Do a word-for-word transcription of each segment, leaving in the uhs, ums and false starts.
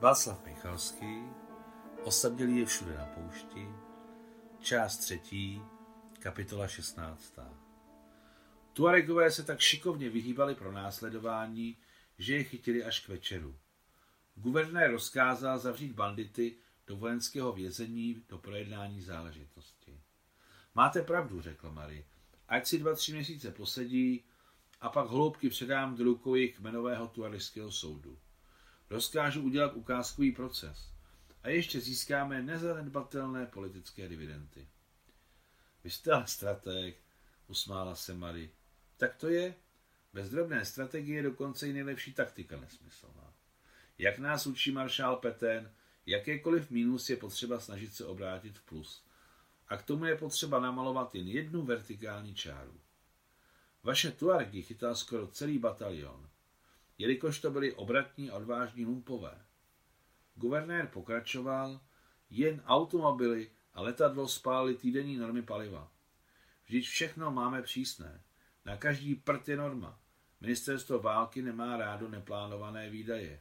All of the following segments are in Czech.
Václav Michalský, Osamělý je všude na poušti, část třetí, kapitola šestnáctá. Tuaregové se tak šikovně vyhýbali pro následování, že je chytili až k večeru. Guvernér rozkázal zavřít bandity do vojenského vězení do projednání záležitosti. Máte pravdu, řekl Marie, ať si dva, tři měsíce posedí a pak hloubky předám do rukou jejich kmenového tuareského soudu. Rozkážu udělat ukázkový proces a ještě získáme nezanedbatelné politické dividendy. Vy jste ale stratég, usmála se Marie. Tak to je. Bez drobné strategie dokonce i nejlepší taktika nesmyslná. Jak nás učí maršál Pétain, jakékoliv mínus je potřeba snažit se obrátit v plus. A k tomu je potřeba namalovat jen jednu vertikální čáru. Vaše Tuaregy chytal skoro celý batalion, jelikož to byli obratní a odvážní lumpové. Guvernér pokračoval, jen automobily a letadlo spálili týdenní normy paliva. Vždyť všechno máme přísné. Na každý prd je norma. Ministerstvo války nemá rádo neplánované výdaje.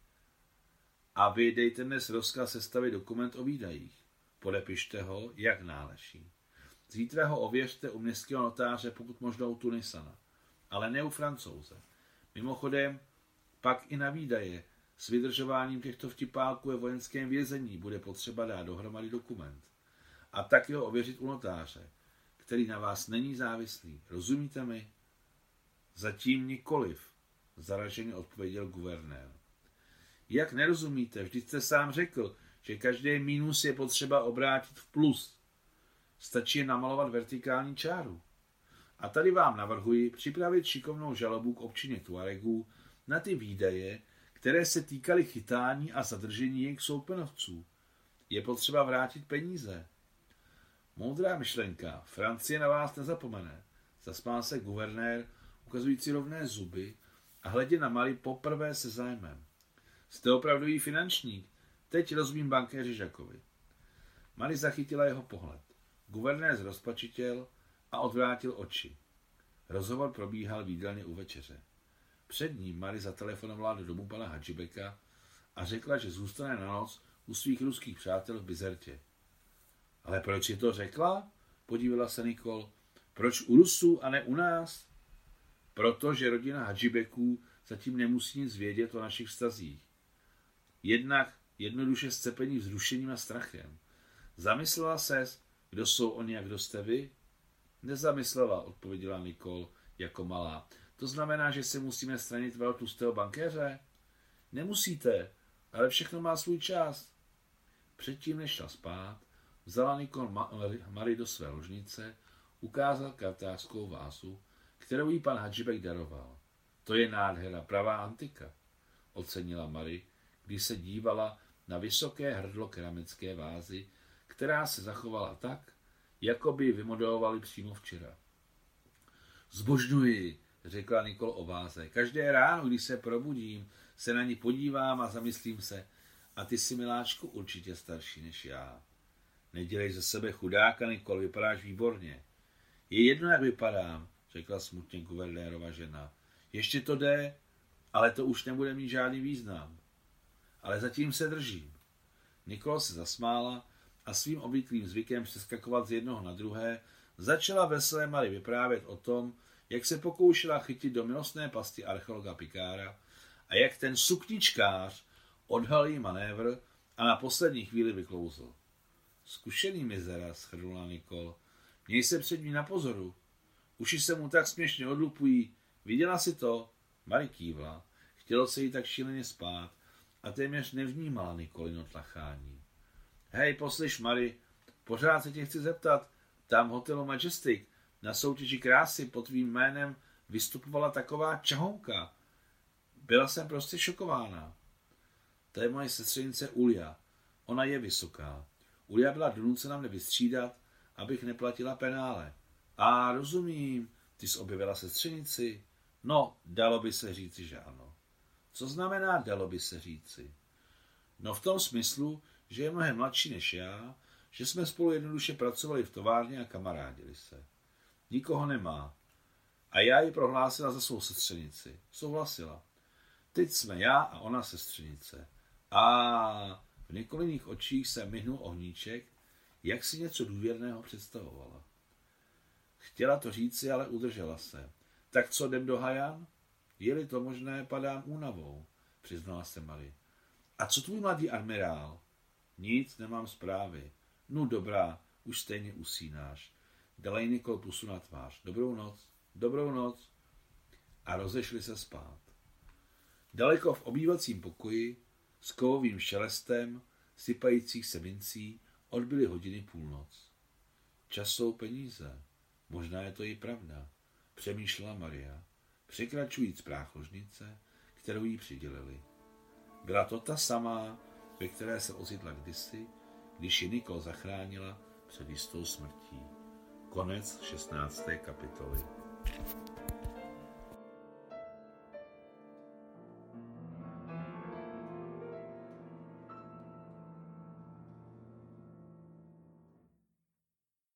A vy dejte dnes rozkaz sestavit dokument o výdajích. Podepište ho, jak náleží. Zítra ho ověřte u městského notáře, pokud možno u Tunisana. Ale ne u Francouze. Mimochodem, pak i na výdaje s vydržováním těchto vtipálků ve vojenském vězení bude potřeba dát dohromady dokument. A taky ho ověřit u notáře, který na vás není závislý. Rozumíte mi? Zatím nikoliv, zaraženě odpověděl guvernér. Jak nerozumíte? Vždyť jste sám řekl, že každý mínus je potřeba obrátit v plus. Stačí namalovat vertikální čáru. A tady vám navrhuji připravit šikovnou žalobu k občině Tuaregů na ty výdaje, které se týkaly chytání a zadržení jejich soupenovců. Je potřeba vrátit peníze. Moudrá myšlenka, Francie na vás nezapomene, zasmál se guvernér, ukazující rovné zuby a hledě na Marie poprvé se zájmem. Jste opravdový finančník, teď rozumím bankéři Žakovi. Marie zachytila jeho pohled. Guvernér zrozpačitěl a odvrátil oči. Rozhovor probíhal v jídelně u večeře. Před ním Marie zatelefonovala do domu pana Hadžibeka a řekla, že zůstane na noc u svých ruských přátel v Bizertě. Ale proč je to řekla? Podívala se Nikol. Proč u Rusů a ne u nás? Protože rodina Hadžibeků zatím nemusí nic vědět o našich vztazích. Jednak jednoduše scepení vzrušením a strachem. Zamyslela ses, kdo jsou oni a kdo jste vy? Nezamyslela, odpověděla Nikol jako malá. To znamená, že se musíme stranit veltlustého bankéře? Nemusíte, ale všechno má svůj čas. Předtím, než šla spát, vzala Nikol Marie do své ložnice, ukázal kartářskou vázu, kterou jí pan Hadžibek daroval. To je nádhera, pravá antika, ocenila Marie, když se dívala na vysoké hrdlo keramické vázy, která se zachovala tak, jako by ji vymodelovali přímo včera. Zbožňuji, řekla Nikol o váze. Každé ráno, když se probudím, se na ní podívám a zamyslím se, a ty jsi, miláčku, určitě starší než já. Nedělej ze sebe chudáka, Nikol, vypadáš výborně. Je jedno, jak vypadám, řekla smutně guvernérova žena. Ještě to jde, ale to už nebude mít žádný význam. Ale zatím se držím. Nikol se zasmála a svým obvyklým zvykem přeskakovat z jednoho na druhé začala veselé Marie vyprávět o tom, jak se pokoušela chytit do milostné pasti archeologa Picara a jak ten sukničkář odhalil manévr a na poslední chvíli vyklouzl. Zkušený mizera, shrnula Nikol. Měj se před ní na pozoru. Uši se mu tak směšně odlupují. Viděla si to? Marie kývla. Chtělo se jí tak šíleně spát a téměř nevnímala Nikolino tlachání. Hej, poslyš, Marie, pořád se tě chci zeptat. Tam v hotelu Majestic na soutěži krásy pod tvým jménem vystupovala taková čahounka. Byla jsem prostě šokována. To je moje sestřenice Ulia. Ona je vysoká. Ulia byla donucena mne vystřídat, abych neplatila penále. A rozumím, ty jsi objevila sestřenici? No, dalo by se říci, že ano. Co znamená dalo by se říci? No v tom smyslu, že je mnohem mladší než já, že jsme spolu jednoduše pracovali v továrně a kamarádili se. Nikoho nemá. A já ji prohlásila za svou sestřenici. Souhlasila. Teď jsme já a ona sestřenice. A v Nikoliných očích se myhnul ohníček, jak si něco důvěrného představovala. Chtěla to říci, ale udržela se. Tak co, jdem do Hajan? Je-li to možné, padám únavou, přiznala se Marie. A co tvůj mladý admirál? Nic, nemám zprávy. No dobrá, už stejně usínáš. Dala jí Nikol pusu na tvář. Dobrou noc, dobrou noc. A rozešli se spát. Daleko v obývacím pokoji s kovovým šelestem sypajících se mincí odbyly hodiny půlnoc. Čas jsou peníze. Možná je to i pravda, přemýšlela Maria, překračujíc práh ložnice, kterou jí přidělili. Byla to ta samá, ve které se ocitla kdysi, když ji Nikol zachránila před jistou smrtí. Konec šestnácté kapitoly.